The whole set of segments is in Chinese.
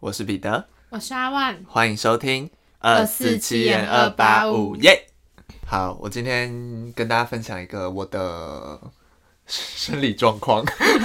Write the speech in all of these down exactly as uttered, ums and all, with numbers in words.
我是彼得， 我是阿万， 欢迎收听二四七点二八五耶。好，我今天跟大家分享一个我的生理状况。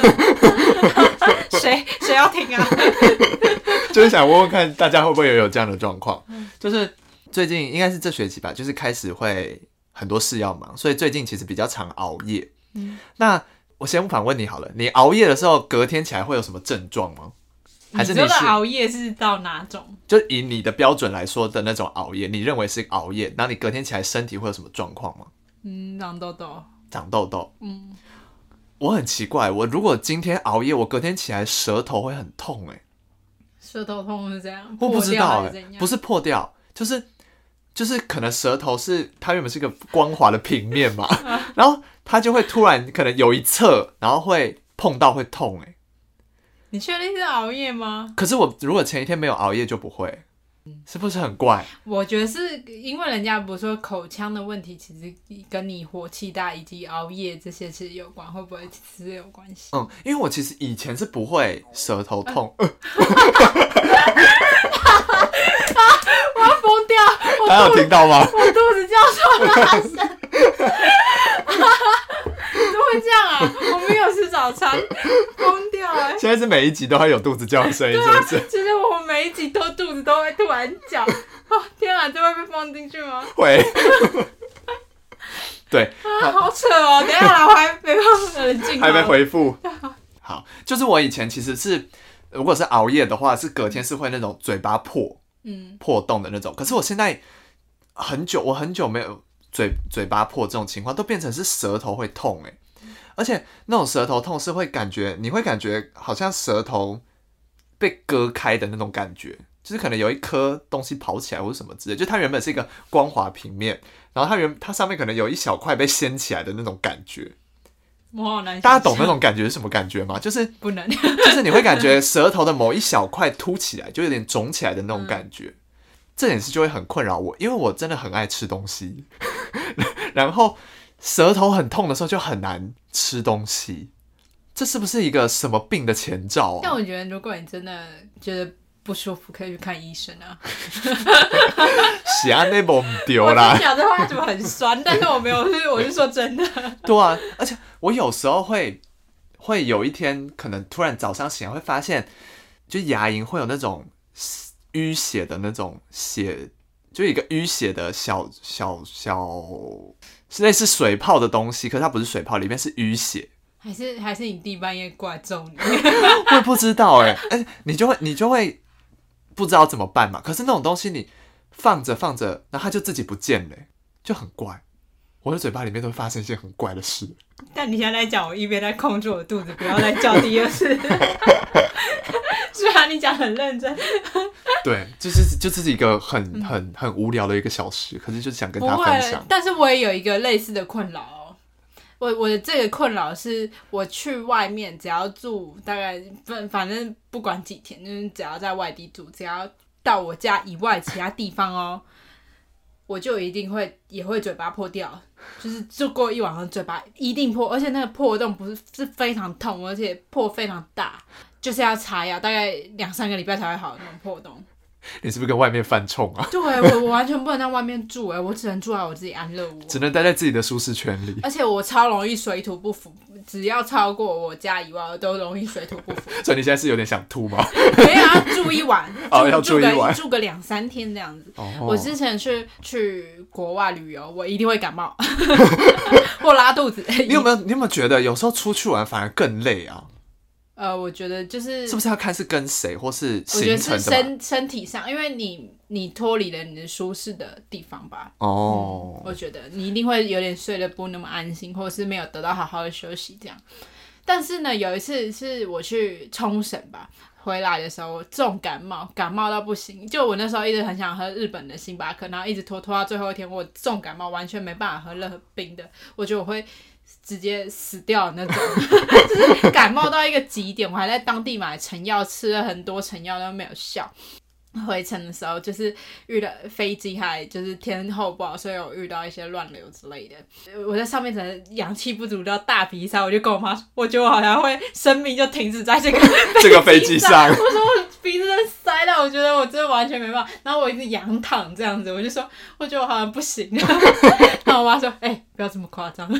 谁谁要听啊？ 就是想问问看大家会不会也有这样的状况，就是最近应该是这学期吧，就是开始会很多事要忙，所以最近其实比较常熬夜。嗯，那我先反问你好了，你熬夜的时候隔天起来会有什么症状吗？还是你说的熬夜是到哪种？ 就以你的标准来说的那种熬夜，你认为是熬夜，然后你隔天起来身体会有什么状况吗？ 嗯，长痘痘。 长痘痘。 嗯， 我很奇怪，我如果今天熬夜，我隔天起来舌头会很痛哎、欸。 舌头痛是这样？ 我不知道哎、 欸， 不是破掉，就是就是可能舌头是它原本是一个光滑的平面嘛，然后它就会突然可能有一侧，然后会碰到会痛哎、欸。 你确定是熬夜吗？ 可是我如果前一天没有熬夜就不会，是不是很怪？ 我觉得是因为人家不是说口腔的问题，其实跟你火气大以及熬夜这些其实有关，会不会其实有关系？ 嗯，因为我其实以前是不会舌头痛，呃、 我要疯掉！ 还有听到吗？ 我肚子叫错大声。怎么会这样啊？我没有吃早餐，疯掉哎、欸！ 现在是每一集都会有肚子叫的声音，是不是？ 其实我每一集都肚子都会突然叫，哦天啊，这会被放进去吗？ 会。对啊，好扯哦！等一下啦，我还没办法冷静， 还没回复。好，就是我以前其实是，如果是熬夜的话，是隔天是会那种嘴巴破，嗯，破洞的那种。可是我现在很久，我很久没有嘴嘴巴破这种情况，都变成是舌头会痛哎、欸。而且那种舌头痛是会感觉，你会感觉好像舌头被割开的那种感觉，就是可能有一颗东西跑起来或者什么之类，就它原本是一个光滑平面，然后它原它上面可能有一小块被掀起来的那种感觉。 我好难想象， 大家懂那种感觉是什么感觉吗？就是不能， 就是你会感觉舌头的某一小块凸起来，就有点肿起来的那种感觉。嗯、这件事就会很困扰我，因为我真的很爱吃东西，然后舌头很痛的时候就很难吃东西，这是不是一个什么病的前兆啊？ 但我觉得如果你真的觉得不舒服，可以去看医生啊。 是啊，那不丢啦。 我讲这话怎么很酸？但是我没有，我是说真的。 对啊，而且我有时候会会有一天，可能突然早上醒来会发现，就牙龈会有那种淤血的那种血，就一个淤血的小小小，是类似水泡的东西，可是它不是水泡，里面是淤血。 还是还是你第半夜过来揍你？ 我也不知道哎、欸，哎，你就会你就会不知道怎么办嘛。可是那种东西你放着放着，然后它就自己不见了、欸，就很怪。我的嘴巴里面都会发生一件很怪的事。 但你现在在讲，我一边在控制我的肚子，不要再叫第二次。虽然你讲很认真。 对，就是就是一个很很很无聊的一个小事，可是就是想跟他分享。 但是我也有一个类似的困扰哦。我我的这个困扰是，我去外面只要住大概反反正不管几天，就是只要在外地住，只要到我家以外其他地方哦，我就一定会也会嘴巴破掉，就是就过一晚上嘴巴一定破，而且那个破洞不是是非常痛，而且破非常大，就是要擦药，大概两三个礼拜才会好的那种破洞。 你是不是跟外面犯冲啊？ 对，我我完全不能在外面住，我只能住在我自己安乐窝， 只能待在自己的舒适圈里。 而且我超容易水土不服，只要超过我家以外，我都容易水土不服。 所以你现在是有点想吐吗？ 没有，要住一晚， 哦，要住一晚， 住个两三天这样子。哦、我之前去去国外旅游，我一定会感冒或拉肚子。 你有没有你有没有觉得有时候出去玩反而更累啊？ 呃，我觉得就是是不是要看是跟谁，或是行程的？ 我觉得是身身体上，因为你你脱离了你的舒适的地方吧。哦、嗯，我觉得你一定会有点睡得不那么安心，或者是没有得到好好的休息这样。但是呢，有一次是我去冲绳吧，回来的时候我重感冒，感冒到不行。就我那时候一直很想喝日本的星巴克，然后一直拖拖到最后一天，我重感冒，完全没办法喝任何冰的，我觉得我会直接死掉的那种，就是感冒到一个极点，我还在当地买成药，吃了很多成药都没有效。 回程的时候，就是遇到飞机还就是天候不好，所以有遇到一些乱流之类的。我在上面真的氧气不足，到大鼻塞，我就跟我妈说，我觉得我好像会生命就停止在这个这个飞机上。 我说我鼻子真的塞到，我觉得我真的完全没办法。然后我一直仰躺这样子，我就说我觉得我好像不行。然后我妈说：“哎、欸，不要这么夸张。”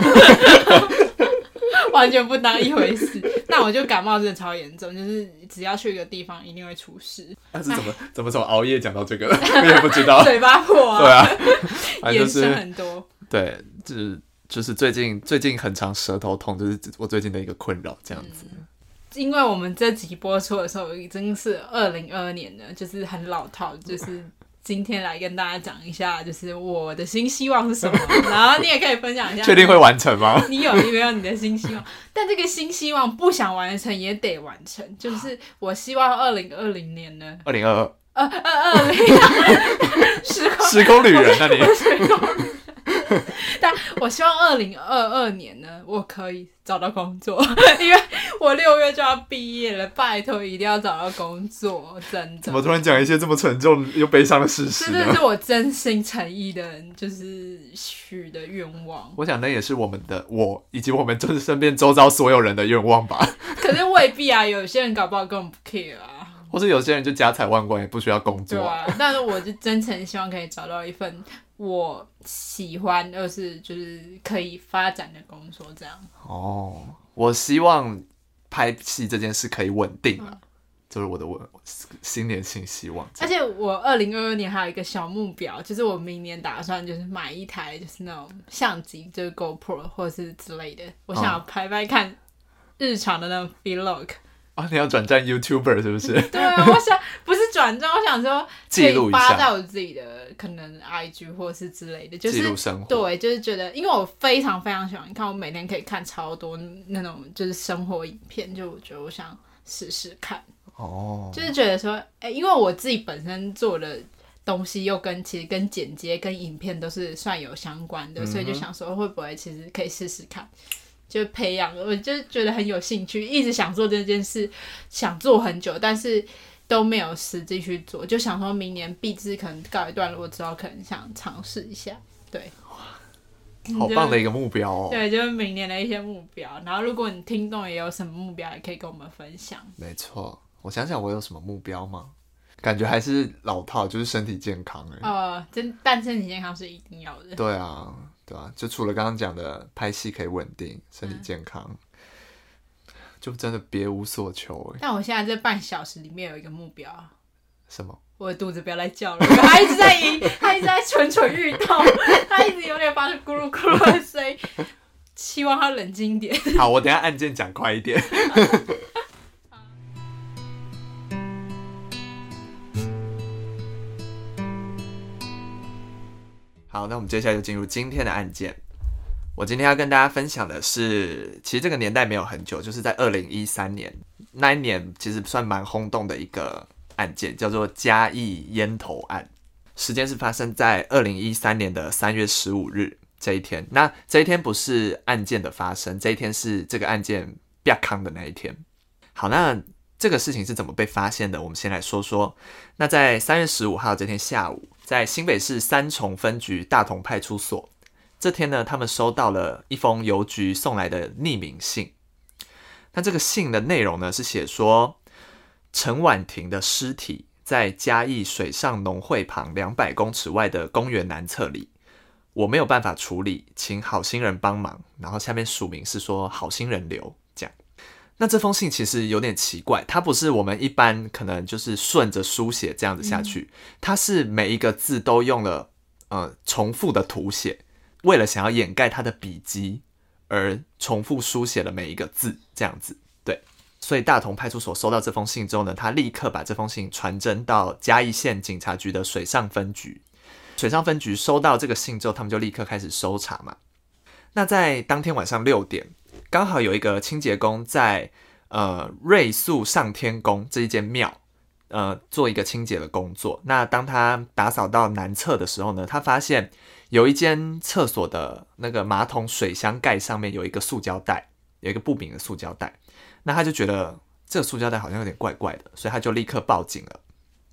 完全不当一回事。那我就感冒真的超严重，就是只要去一个地方一定会出事。 但是怎么怎么从熬夜讲到这个了？我也不知道。 嘴巴破啊。 对啊， 延伸很多。 对，就是就是最近最近很常舌头痛，就是我最近的一个困扰这样子。嗯， 因为我们这集播出的时候已经是二零二二年了，就是很老套，就是今天来跟大家讲一下，就是我的新希望是什么，然后你也可以分享一下。确定会完成吗？ 你有没有你的新希望？但这个新希望不想完成也得完成，就是我希望二零二零年呢， 二零二二， 呃呃二零，时空时空旅人，那你时空旅人。但我希望二零二二年呢，我可以找到工作，因为我六月就要毕业了，拜托一定要找到工作，真的。 怎么突然讲一些这么沉重又悲伤的事实呢？ 这是我真心诚意的，就是许的愿望。 我想那也是我们的我以及我们就是身边周遭所有人的愿望吧。 可是未必啊，有些人搞不好根本不 care 啊。 或是有些人就家财万贯也不需要工作。 对啊，但是我就真诚希望可以找到一份我喜欢，而是就是可以发展的工作这样。 哦，我希望拍戏这件事可以稳定啊，嗯，就是我的我新年新希望。 而且我二零二二年还有一个小目标，就是我明年打算就是买一台就是那种相机，就是 GoPro 或是之类的，我想要拍拍看日常的那种 vlog。 啊，你要转战 YouTuber 是不是？ 对啊，我想不是转战，我想说可以发在我自己的可能 I G 或是之类的，就是记录生活。 对，就是觉得，因为我非常非常喜欢看，我每天可以看超多那种就是生活影片，就我觉得我想试试看。哦，就是觉得说，哎、欸，因为我自己本身做的东西又跟其实跟剪接跟影片都是算有相关的，嗯，所以就想说会不会其实可以试试看。就培养，我就觉得很有兴趣，一直想做这件事，想做很久，但是都没有实际去做。就想说明年毕制可能告一段落之后，可能想尝试一下。对， 哇，好棒的一个目标哦。 对，就是明年的一些目标。然后，如果你听众也有什么目标，也可以跟我们分享。 没错，我想想，我有什么目标吗？感觉还是老套，就是身体健康哎。 呃，真，但身体健康是一定要的。 对啊。对啊，就除了刚刚讲的拍戏可以稳定，身体健康，嗯，就真的别无所求。 但我现在这半小时里面有一个目标。 什么？ 我的肚子不要再叫了，他一直在赢，他一直在蠢蠢欲动，他一直有点发出咕噜咕噜的声音，希望他冷静一点。 好，我等一下按键讲快一点。好，那我们接下来就进入今天的案件。我今天要跟大家分享的是，其实这个年代没有很久，就是在二零一三年那一年，其实算蛮轰动的一个案件，叫做嘉义烟头案。时间是发生在二零一三年的三月十五日这一天。那这一天不是案件的发生，这一天是这个案件被康的那一天。好，那这个事情是怎么被发现的？我们先来说说。那在三月十五号这天下午，在新北市三重分局大同派出所，这天呢，他们收到了一封邮局送来的匿名信。那这个信的内容呢，是写说陈婉婷的尸体在嘉义水上农会旁两百公尺外的公园南侧里，我没有办法处理，请好心人帮忙。然后下面署名是说好心人留这样。那这封信其实有点奇怪，它不是我们一般可能就是顺着书写这样子下去，嗯，它是每一个字都用了呃重复的图写，为了想要掩盖它的笔迹而重复书写了每一个字这样子。对，所以大同派出所收到这封信之后呢，他立刻把这封信传真到嘉义县警察局的水上分局。水上分局收到这个信之后，他们就立刻开始搜查嘛。那在当天晚上六点，刚好有一个清洁工在呃瑞素上天宫这一间庙呃做一个清洁的工作。那当他打扫到南侧的时候呢，他发现有一间厕所的那个马桶水箱盖上面有一个塑胶袋，有一个不明的塑胶袋。那他就觉得这个塑胶袋好像有点怪怪的，所以他就立刻报警了。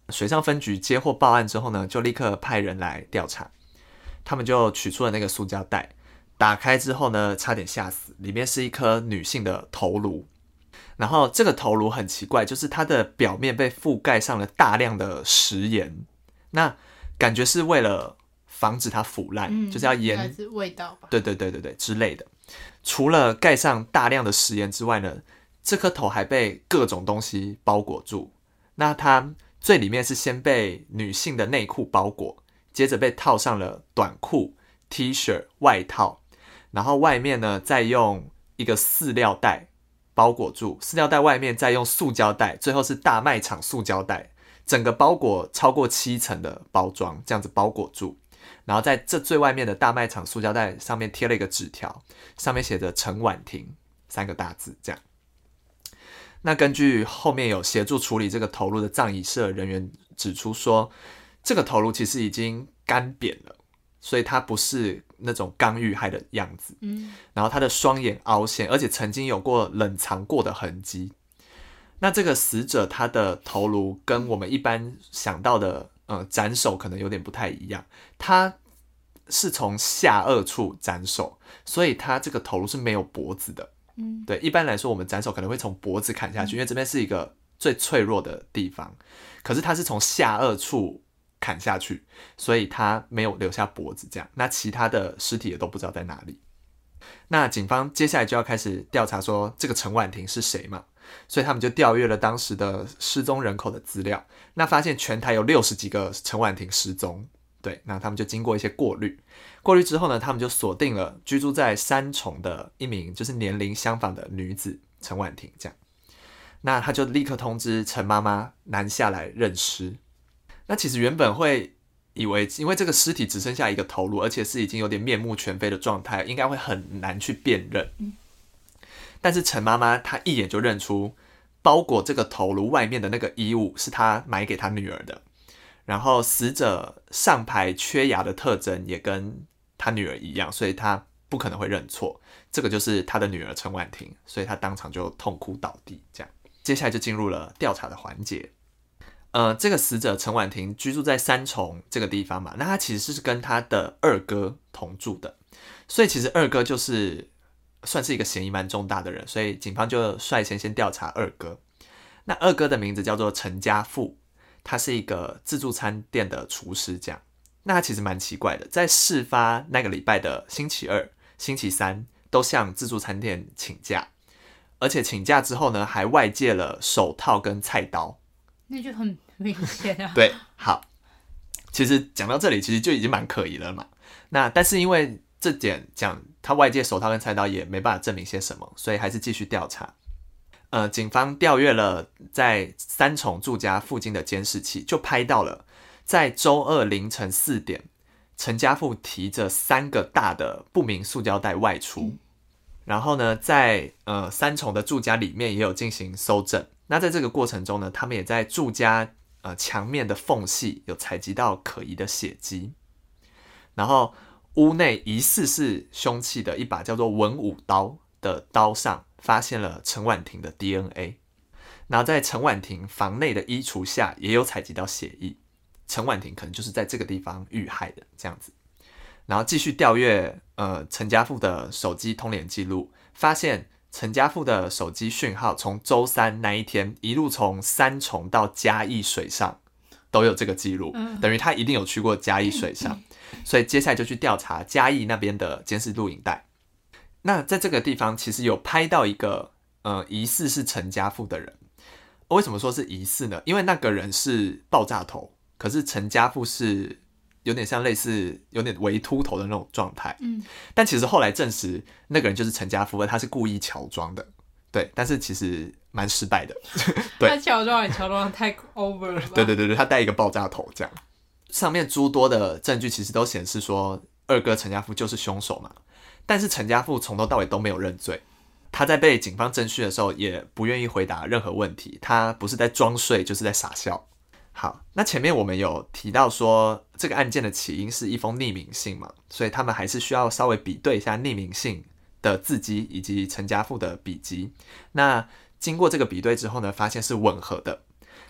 水上分局接获报案之后呢，就立刻派人来调查。他们就取出了那个塑胶袋，打开之后呢，差点吓死，里面是一颗女性的头颅。然后这个头颅很奇怪，就是它的表面被覆盖上了大量的食盐，那感觉是为了防止它腐烂，嗯、就是要盐， 应该是味道吧？ 对对对对对之类的。除了盖上大量的食盐之外呢，这颗头还被各种东西包裹住。那它最里面是先被女性的内裤包裹，接着被套上了短裤、T 恤、外套，然后外面呢再用一个饲料袋包裹住，饲料袋外面再用塑胶袋，最后是大卖场塑胶袋，整个包裹超过七层的包装，这样子包裹住。然后在这最外面的大卖场塑胶袋上面贴了一个纸条，上面写着陈婉婷三个大字，这样。那根据后面有协助处理这个头颅的葬仪社人员指出说，这个头颅其实已经干扁了，所以它不是那种刚遇害的样子。嗯，然后他的双眼凹陷，而且曾经有过冷藏过的痕迹。那这个死者他的头颅跟我们一般想到的呃斩首可能有点不太一样，他是从下颚处斩首，所以他这个头颅是没有脖子的。嗯，对，一般来说我们斩首可能会从脖子砍下去，因为这边是一个最脆弱的地方，可是他是从下颚处砍下去，所以他没有留下脖子这样。那其他的尸体也都不知道在哪里。那警方接下来就要开始调查说这个陈婉婷是谁嘛，所以他们就调阅了当时的失踪人口的资料，那发现全台有六十几个陈婉婷失踪。对，那他们就经过一些过滤，过滤之后呢，他们就锁定了居住在三重的一名就是年龄相仿的女子陈婉婷这样。那他就立刻通知陈妈妈南下来认尸。那其实原本会以为，因为这个尸体只剩下一个头颅，而且是已经有点面目全非的状态，应该会很难去辨认。嗯、但是陈妈妈她一眼就认出，包裹这个头颅外面的那个衣物是她买给她女儿的。然后死者上排缺牙的特征也跟他女儿一样，所以他不可能会认错，这个就是他的女儿陈婉婷，所以他当场就痛哭倒地。这样，接下来就进入了调查的环节。呃，这个死者陈婉婷居住在三重这个地方嘛，那他其实是跟他的二哥同住的，所以其实二哥就是算是一个嫌疑蛮重大的人，所以警方就率先先调查二哥。那二哥的名字叫做陈家富。他是一个自助餐店的厨师，这样。那他其实蛮奇怪的，在事发那个礼拜的星期二、星期三都向自助餐店请假，而且请假之后呢，还外借了手套跟菜刀。 那就很明显啊。 对，好，其实讲到这里，其实就已经蛮可疑了嘛。那但是因为这点讲他外借手套跟菜刀也没办法证明些什么，所以还是继续调查。呃，警方调阅了在三重住家附近的监视器，就拍到了在周二凌晨四点，陈家富提着三个大的不明塑胶袋外出。嗯、然后呢，在呃三重的住家里面也有进行搜证。那在这个过程中呢，他们也在住家呃墙面的缝隙有采集到可疑的血迹。然后屋内疑似是凶器的一把叫做文武刀的刀上，发现了陈婉婷的 D N A， 然后在陈婉婷房内的衣橱下也有采集到血液，陈婉婷可能就是在这个地方遇害的这样子。然后继续调阅呃陈家富的手机通联记录，发现陈家富的手机讯号从周三那一天一路从三重到嘉义水上都有这个记录，嗯、等于他一定有去过嘉义水上，所以接下来就去调查嘉义那边的监视录影带。那在这个地方其实有拍到一个呃疑似是陈家富的人。为什么说是疑似呢？因为那个人是爆炸头，可是陈家富是有点像类似有点微秃头的那种状态。嗯，但其实后来证实那个人就是陈家富，他是故意乔装的。对，但是其实蛮失败的。对， 他乔装也乔装太 over 了吧？ 对对对对，他戴一个爆炸头这样。上面诸多的证据其实都显示说二哥陈家富就是凶手嘛。但是陈家富从头到尾都没有认罪，他在被警方侦讯的时候也不愿意回答任何问题，他不是在装睡就是在傻笑。好，那前面我们有提到说这个案件的起因是一封匿名信嘛，所以他们还是需要稍微比对一下匿名信的字迹以及陈家富的笔迹。那经过这个比对之后呢，发现是吻合的。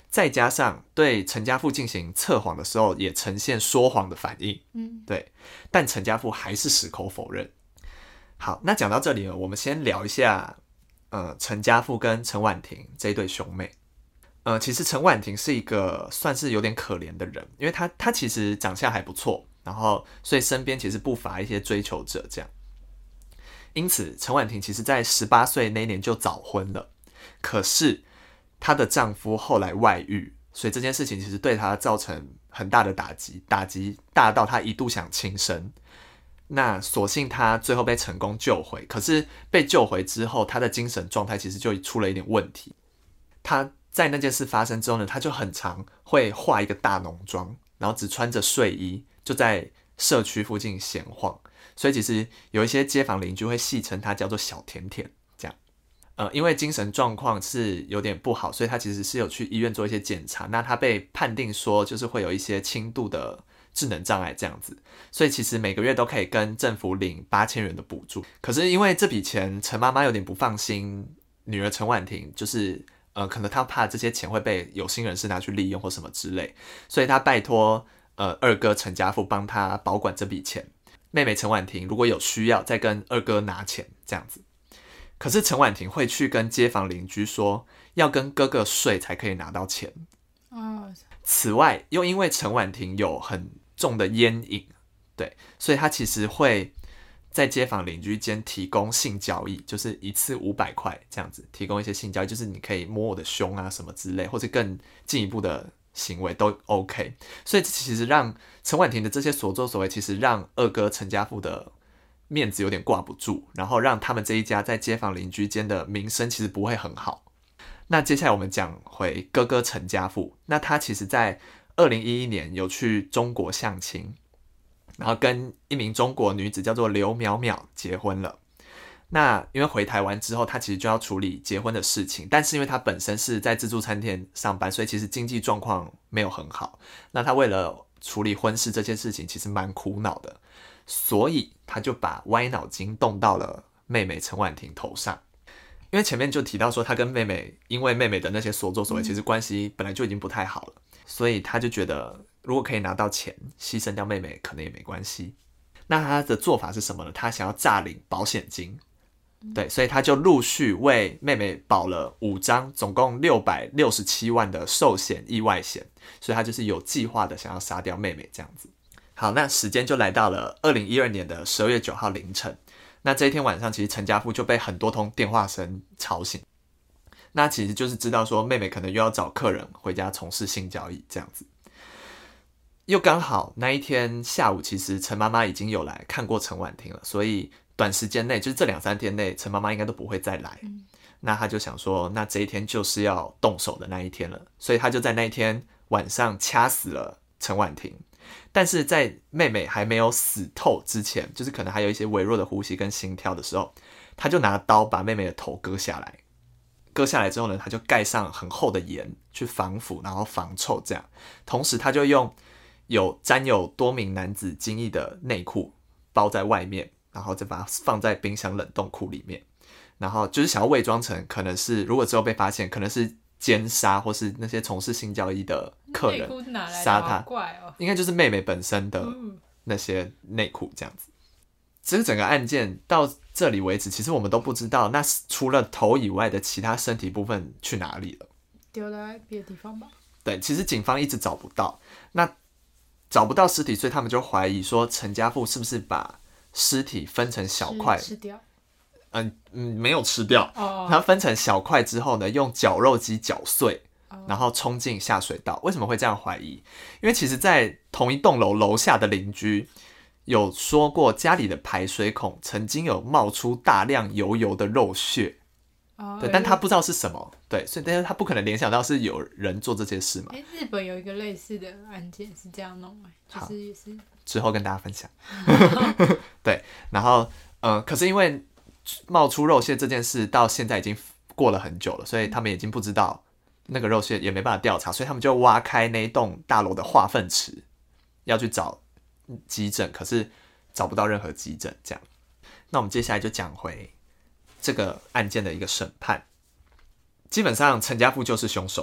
再加上对陈家富进行测谎的时候也呈现说谎的反应，嗯，对，但陈家富还是矢口否认。好，那讲到这里呢，我们先聊一下呃陈家富跟陈婉婷这一对兄妹。呃，其实陈婉婷是一个算是有点可怜的人，因为她她其实长相还不错，然后所以身边其实不乏一些追求者这样。因此陈婉婷其实在十八岁那一年就早婚了，可是她的丈夫后来外遇，所以这件事情其实对她造成很大的打击，打击大到她一度想轻生。那所幸她最后被成功救回，可是被救回之后，她的精神状态其实就出了一点问题。她在那件事发生之后呢，她就很常会化一个大浓妆，然后只穿着睡衣就在社区附近闲晃，所以其实有一些街坊邻居会戏称她叫做小甜甜这样。呃，因为精神状况是有点不好，所以她其实是有去医院做一些检查，那她被判定说就是会有一些轻度的智能障碍这样子，所以其实每个月都可以跟政府领八千元的补助。可是因为这笔钱，陈妈妈有点不放心女儿陈婉婷，就是呃，可能她怕这些钱会被有心人士拿去利用或什么之类，所以她拜托呃二哥陈家富帮她保管这笔钱，妹妹陈婉婷如果有需要再跟二哥拿钱这样子。可是陈婉婷会去跟街坊邻居说要跟哥哥睡才可以拿到钱。哦。此外，又因为陈婉婷有很重的烟瘾，对，所以她其实会在街坊邻居间提供性交易，就是一次五百块这样子，提供一些性交易，就是你可以摸我的胸啊什么之类，或者更进一步的行为都 OK。所以其实让陈婉婷的这些所作所为，其实让二哥陈家富的面子有点挂不住，然后让他们这一家在街坊邻居间的名声其实不会很好。那接下来我们讲回哥哥陈家富，那他其实在二零一一年有去中国相亲，然后跟一名中国女子叫做刘淼淼结婚了。那因为回台湾之后，他其实就要处理结婚的事情，但是因为他本身是在自助餐店上班，所以其实经济状况没有很好。那他为了处理婚事这件事情，其实蛮苦恼的，所以他就把歪脑筋动到了妹妹陈婉婷头上。因为前面就提到说，他跟妹妹因为妹妹的那些所作所为，其实关系本来就已经不太好了，所以他就觉得如果可以拿到钱，牺牲掉妹妹可能也没关系。那他的做法是什么呢？他想要诈领保险金，对，所以他就陆续为妹妹保了五张，总共六百六十七万的寿险意外险，所以他就是有计划的想要杀掉妹妹这样子。好，那时间就来到了二零一二年的十二月九号凌晨。那这一天晚上，其实陈家富就被很多通电话声吵醒。那其实就是知道说妹妹可能又要找客人回家从事性交易这样子。又刚好那一天下午，其实陈妈妈已经有来看过陈婉婷了，所以短时间内，就是这两三天内，陈妈妈应该都不会再来。嗯、那他就想说，那这一天就是要动手的那一天了，所以他就在那一天晚上掐死了陈婉婷。但是在妹妹还没有死透之前，就是可能还有一些微弱的呼吸跟心跳的时候，他就拿刀把妹妹的头割下来。割下来之后呢，他就盖上很厚的盐去防腐，然后防臭这样。同时他就用有沾有多名男子精液的内裤包在外面，然后再把它放在冰箱冷冻库里面，然后就是想要伪装成可能是，如果之后被发现，可能是奸杀或是那些从事性交易的客人杀他， 哦、 应该就是妹妹本身的那些内裤这样子。其实整个案件到这里为止，其实我们都不知道那除了头以外的其他身体部分去哪里了， 丢在别的地方吧。 对，其实警方一直找不到，那找不到尸体，所以他们就怀疑说陈家富是不是把尸体分成小块吃掉。 嗯嗯，没有吃掉，它、oh. 分成小块之后呢，用绞肉机绞碎， oh. 然后冲进下水道。为什么会这样怀疑？因为其实在同一栋楼楼下的邻居有说过，家里的排水孔曾经有冒出大量油油的肉屑， oh, 对，但他不知道是什么，对，所以但是他不可能联想到是有人做这些事嘛。 欸、日本有一个类似的案件是这样弄的，就是也是之后跟大家分享。对，然后呃，可是因为冒出肉屑这件事到现在已经过了很久了，所以他们已经不知道那个肉屑，也没办法调查，所以他们就挖开那一栋大楼的化粪池，要去找基证，可是找不到任何基证。这样，那我们接下来就讲回这个案件的一个审判。基本上陈家富就是凶手，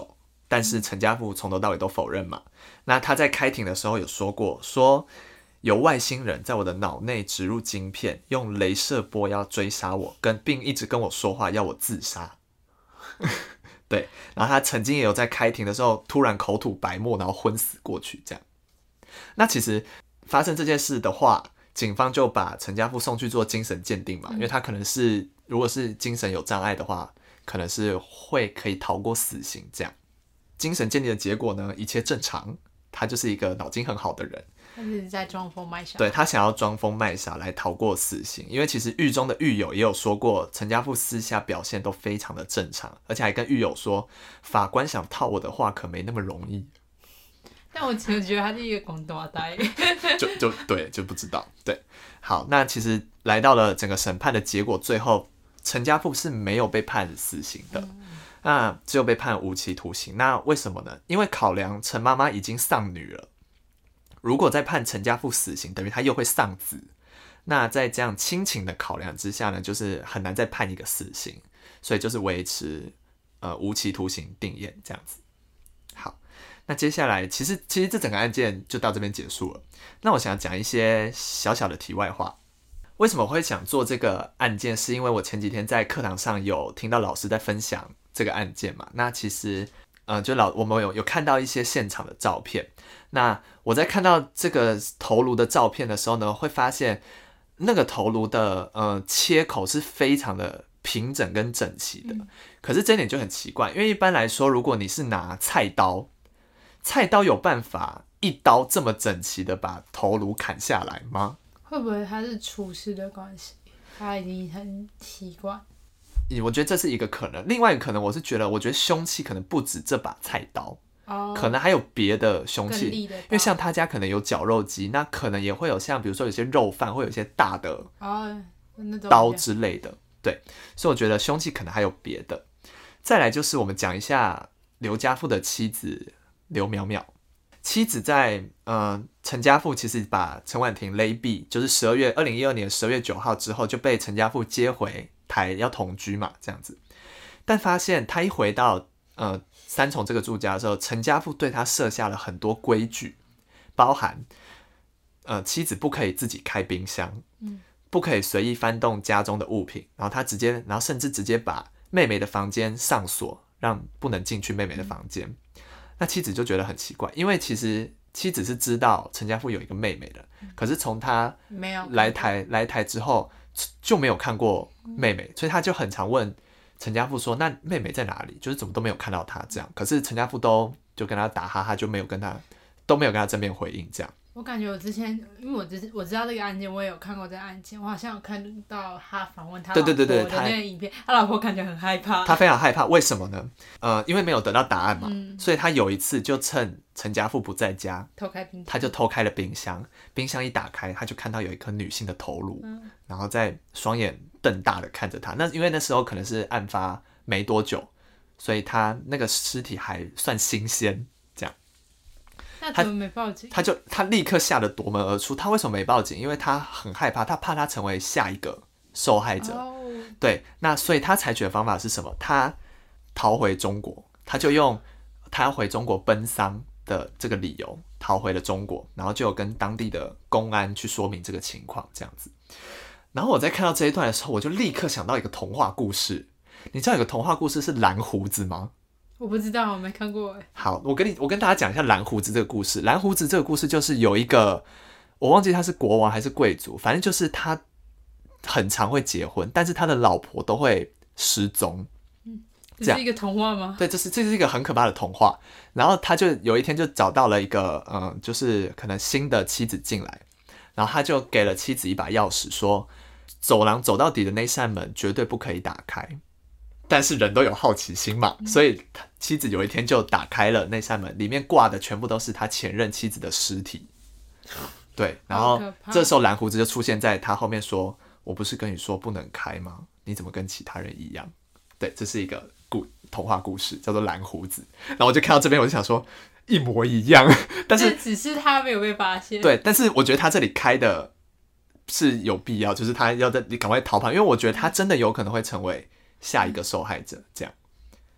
但是陈家富从头到尾都否认嘛。那他在开庭的时候有说过，说有外星人在我的脑内植入晶片，用雷射波要追杀我，跟并一直跟我说话要我自杀。对，然后他曾经也有在开庭的时候突然口吐白沫，然后昏死过去这样。那其实发生这件事的话，警方就把陈家富送去做精神鉴定嘛，因为他可能是如果是精神有障碍的话，可能是会可以逃过死刑这样。精神鉴定的结果呢，一切正常，他就是一个脑筋很好的人。 他是在装疯卖傻， 对，他想要装疯卖傻来逃过死刑，因为其实狱中的狱友也有说过，陈家富私下表现都非常的正常，而且还跟狱友说，法官想套我的话可没那么容易。 但我其实觉得他是一个公大呆， 就就对，就不知道。对，好，那其实来到了整个审判的结果，最后陈家富是没有被判死刑的。嗯，那只有被判无期徒刑。那为什么呢？因为考量陈妈妈已经丧女了，如果再判陈家富死刑，等于他又会丧子。那在这样亲情的考量之下呢，就是很难再判一个死刑，所以就是维持呃无期徒刑定谳这样子。好，那接下来其实其实这整个案件就到这边结束了。那我想讲一些小小的题外话。为什么我会想做这个案件，是因为我前几天在课堂上有听到老师在分享这个案件嘛。那其实呃，就老我们有有看到一些现场的照片。那我在看到这个头颅的照片的时候呢，会发现那个头颅的呃切口是非常的平整跟整齐的。嗯，可是这一点就很奇怪，因为一般来说，如果你是拿菜刀，菜刀有办法一刀这么整齐的把头颅砍下来吗？ 会不会他是厨师的关系，他已经很习惯？ 我觉得这是一个可能。另外一个可能，我是觉得，我觉得凶器可能不止这把菜刀，哦，可能还有别的凶器，因为像他家可能有绞肉机，那可能也会有像比如说有些肉贩会有一些大的刀之类的，对，所以我觉得凶器可能还有别的。再来就是我们讲一下刘家富的妻子刘淼淼。妻子在呃陈家富其实把陈婉婷勒毙，就是十二月二零一二年十二月九号之后就被陈家富接回台要同居嘛，这样子。但发现他一回到呃三重这个住家的时候，陈家富对他设下了很多规矩，包含呃妻子不可以自己开冰箱，嗯，不可以随意翻动家中的物品，然后他直接，然后甚至直接把妹妹的房间上锁，让不能进去妹妹的房间。嗯，那妻子就觉得很奇怪，因为其实妻子是知道陈家富有一个妹妹的，可是从他来台来台之后就没有看过妹妹，所以他就很常问陈家富说：“那妹妹在哪里？就是怎么都没有看到她这样。”可是陈家富都就跟他打哈哈，就没有跟他都没有跟他正面回应这样。 我感觉我之前，因为我知我知道这个案件，我也有看过这个案件，我好像有看到他访问他老婆的那个影片，他老婆感觉很害怕， 他非常害怕，为什么呢？呃，因为没有得到答案嘛，嗯，所以他有一次就趁陈家富不在家， 偷开冰箱， 他就偷开了冰箱，冰箱一打开，他就看到有一颗女性的头颅，嗯，然后在双眼瞪大的看着他。那因为那时候可能是案发没多久，所以他那个尸体还算新鲜。 那怎么没报警？ 他就他立刻嚇得夺门而出。他为什么没报警？因为他很害怕，他怕他成为下一个受害者。Oh. 对，那所以他采取的方法是什么？他逃回中国，他就用他要回中国奔丧的这个理由逃回了中国，然后就有跟当地的公安去说明这个情况，这样子。然后我在看到这一段的时候，我就立刻想到一个童话故事。你知道有个童话故事是蓝胡子吗？ 我不知道，我没看过哎。 好，我跟你，我跟大家讲一下蓝胡子这个故事。蓝胡子这个故事就是有一个，我忘记他是国王还是贵族，反正就是他很常会结婚，但是他的老婆都会失踪。 嗯，这是一个童话吗？ 对，这是这是一个很可怕的童话。然后他就有一天就找到了一个，嗯，就是可能新的妻子进来，然后他就给了妻子一把钥匙，说走廊走到底的那扇门绝对不可以打开。但是人都有好奇心嘛，所以妻子有一天就打开了那扇门，里面挂的全部都是他前任妻子的尸体。对，然后这时候蓝胡子就出现在他后面说：“我不是跟你说不能开吗？你怎么跟其他人一样？”对，这是一个故童话故事，叫做蓝胡子。然后我就看到这边，我就想说一模一样，但是只是他没有被发现。 对，但是我觉得他这里开的是有必要，就是他要在你赶快逃跑，因为我觉得他真的有可能会成为下一个受害者，这样。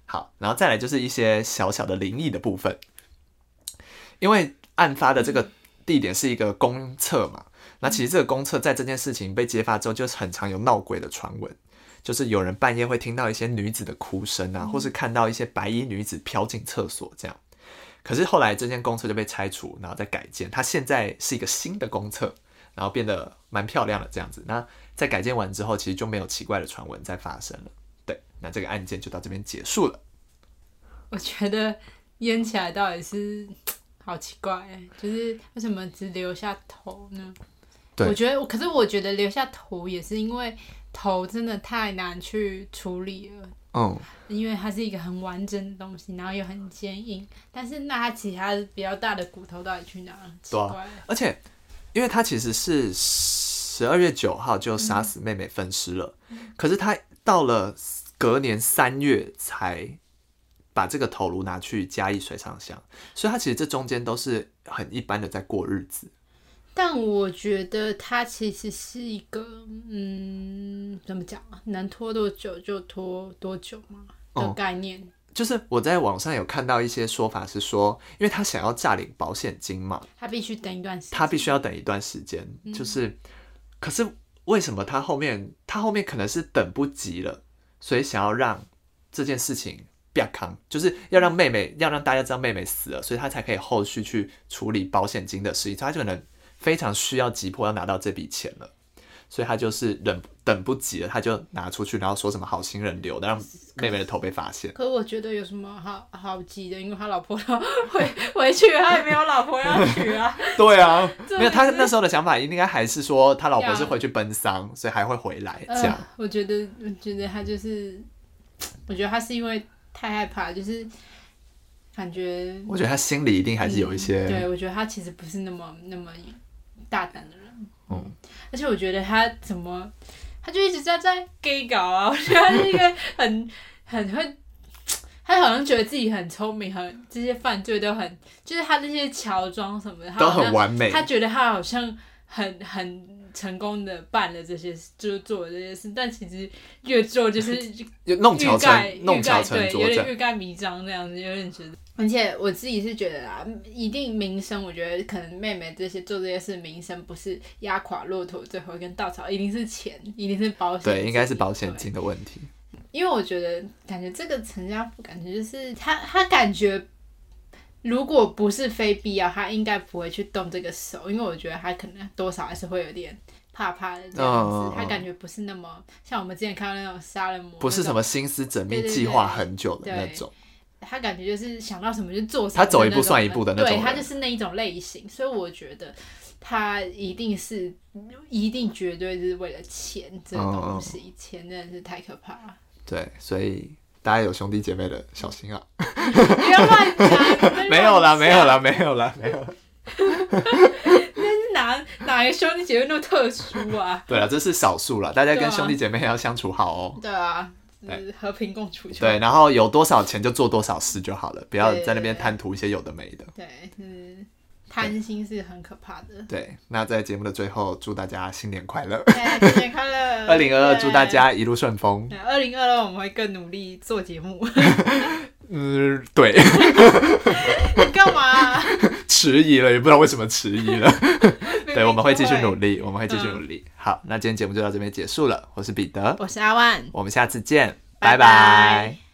好，然后再来就是一些小小的灵异的部分，因为案发的这个地点是一个公厕嘛，那其实这个公厕在这件事情被揭发之后，就是很常有闹鬼的传闻，就是有人半夜会听到一些女子的哭声啊，或是看到一些白衣女子飘进厕所这样。可是后来这间公厕就被拆除，然后再改建，它现在是一个新的公厕，然后变得蛮漂亮的这样子。那在改建完之后，其实就没有奇怪的传闻再发生了。对，那这个案件就到这边结束了。 我觉得演起来到底是好奇怪哎，就是为什么只留下头呢？我觉得，可是我觉得留下头也是因为头真的太难去处理了。嗯，因为它是一个很完整的东西，然后又很坚硬，但是那它其他比较大的骨头到底去哪了？奇怪了。对啊， 而且因为他其实是十二月九号就杀死妹妹分尸了，嗯、可是他到了隔年三月才把这个头颅拿去嘉义水上乡，所以他其实这中间都是很一般的在过日子。 但我觉得它其实是一个，嗯，怎么讲啊？能拖多久就拖多久嘛的概念。嗯， 就是我在网上有看到一些说法是说，因为他想要诈领保险金嘛， 他必须等一段时间， 他必须要等一段时间，嗯、就是，可是为什么他后面他后面可能是等不及了，所以想要让这件事情不要扛，就是要让妹妹，要让大家知道妹妹死了，所以他才可以后续去处理保险金的事情，所以他就可能非常需要急迫要拿到这笔钱了，所以他就是忍等不及了，他就拿出去，然后说什么好心人留的，让妹妹的头被发现。 可是我觉得有什么好好急的，因为他老婆要回回去，他也没有老婆要娶啊。 对啊，没有，他那时候的想法应该还是说他老婆是回去奔丧，所以还会回来这样。呃、 我觉得，我觉得他就是，我觉得他是因为太害怕，就是感觉。 我觉得他心里一定还是有一些。 嗯、对，我觉得他其实不是那么那么大胆的人。嗯，而且我觉得他怎么，他就一直在在 gay 搞啊！我觉得他是一个很很会，他好像觉得自己很聪明，很这些犯罪都很，就是他这些乔装什么的， 都很完美。 他觉得他好像很很成功的办了这些事，就是做了这些事，但其实越做就是弄巧成弄巧成拙， 对，有点欲盖弥彰这样子，有点觉得。而且我自己是觉得啦，一定名声，我觉得可能妹妹这些做这些事，名声不是压垮骆驼最后一根稻草，一定是钱，一定是保险金。 对，应该是保险金的问题。 因为我觉得，感觉这个陈家富感觉就是他，他感觉如果不是非必要，他应该不会去动这个手，因为我觉得他可能多少还是会有点怕怕的这样子，嗯、他感觉不是那么像我们之前看到那种杀人魔， 不是什么心思缜密、计划很久的那种。 他感觉就是想到什么就做什么， 他走一步算一步的那种人， 对，他就是那一种类型，所以我觉得他一定是，一定绝对是为了钱这个东西，嗯、钱真的是太可怕了。 对，所以大家有兄弟姐妹的小心啊！ 不要乱讲， 没有啦，没有啦，没有啦，没有啦。 那是哪哪个兄弟姐妹那么特殊啊？ 对啊，这是少数啦，大家跟兄弟姐妹要相处好哦。 对啊。对，和平共处就好。 对，然后有多少钱就做多少事就好了，不要在那边贪图一些有的没的。 对，嗯，贪心是很可怕的。 对，那在节目的最后，祝大家新年快乐！ 对，新年快乐！ 二零二二，祝大家一路顺风。 二零二二，我们会更努力做节目。 嗯，对。 你干嘛、啊？ 迟疑了，也不知道为什么迟疑了。对，我们会继续努力，我们会继续努力。嗯、好，那今天节目就到这边结束了。我是彼得， 我是阿万， 我们下次见，拜拜。拜拜。